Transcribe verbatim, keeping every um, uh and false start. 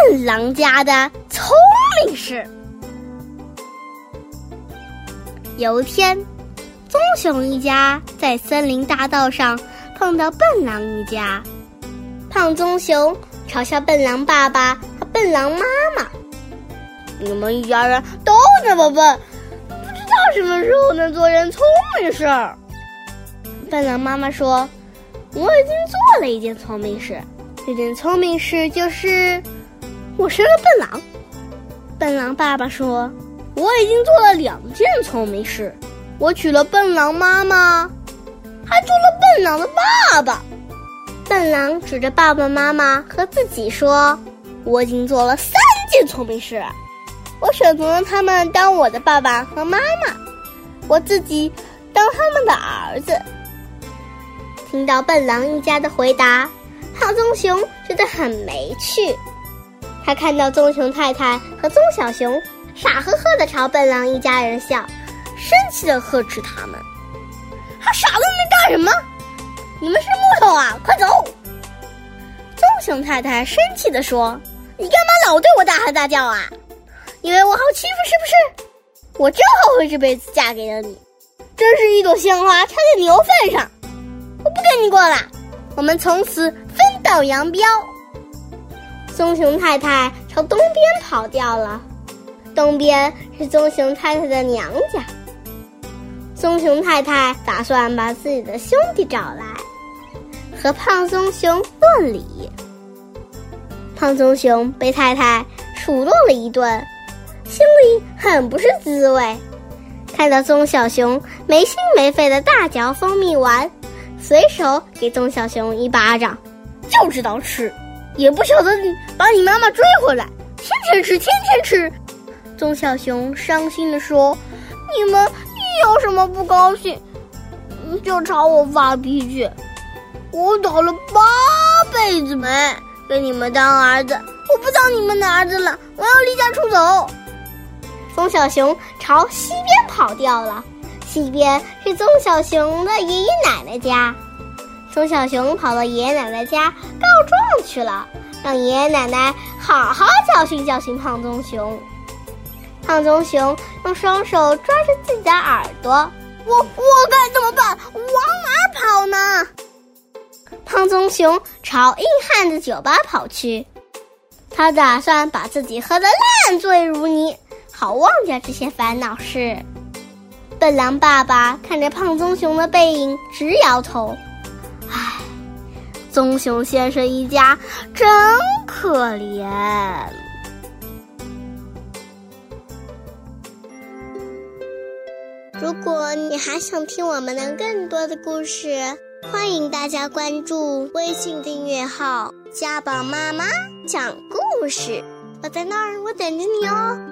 笨狼家的聪明事。有一天，棕熊一家在森林大道上碰到笨狼一家。胖棕熊嘲笑笨狼爸爸和笨狼妈妈：“你们一家人都这么笨，不知道什么时候能做点聪明事儿。”笨狼妈妈说：“我已经做了一件聪明事，这件聪明事就是我生了笨狼。”笨狼爸爸说：“我已经做了两件聪明事，我娶了笨狼妈妈，还做了笨狼的爸爸。”笨狼指着爸爸妈妈和自己说：“我已经做了三件聪明事，我选择了他们当我的爸爸和妈妈，我自己当他们的儿子。”听到笨狼一家的回答，胖棕熊觉得很没趣。他看到棕熊太太和棕小熊傻呵呵地朝笨狼一家人笑，生气地呵斥他们：“还傻愣着干什么？你们是木头啊，快走！”棕熊太太生气地说：“你干嘛老对我大喊大叫啊？以为我好欺负是不是？我正后悔这辈子嫁给了你，真是一朵鲜花插在牛粪上！我不跟你过了，我们从此分道扬镳。”棕熊太太朝东边跑掉了，东边是棕熊太太的娘家。棕熊太太打算把自己的兄弟找来，和胖棕熊论理。胖棕熊被太太数落了一顿，心里很不是滋味。看到棕小熊没心没肺的大嚼蜂蜜丸，随手给棕小熊一巴掌：“就知道吃，也不晓得你把你妈妈追回来，天天吃，天天吃。”棕小熊伤心地说：“你们一有什么不高兴，就朝我发脾气。我讨了八辈子没给你们当儿子，我不当你们的儿子了，我要离家出走。”棕小熊朝西边跑掉了，西边是棕小熊的爷爷奶奶家。棕小熊跑到爷爷奶奶家告状去了，让爷爷奶奶好好教训教训胖棕熊。胖棕熊用双手抓着自己的耳朵：“我我该怎么办？往哪跑呢？”胖棕熊朝硬汉子酒吧跑去，他打算把自己喝得烂醉如泥，好忘掉这些烦恼事。笨狼爸爸看着胖棕熊的背影直摇头：“唉，棕熊先生一家真可怜。”如果你还想听我们的更多的故事，欢迎大家关注微信订阅号家宝妈妈讲故事，我在那儿，我等着你哦。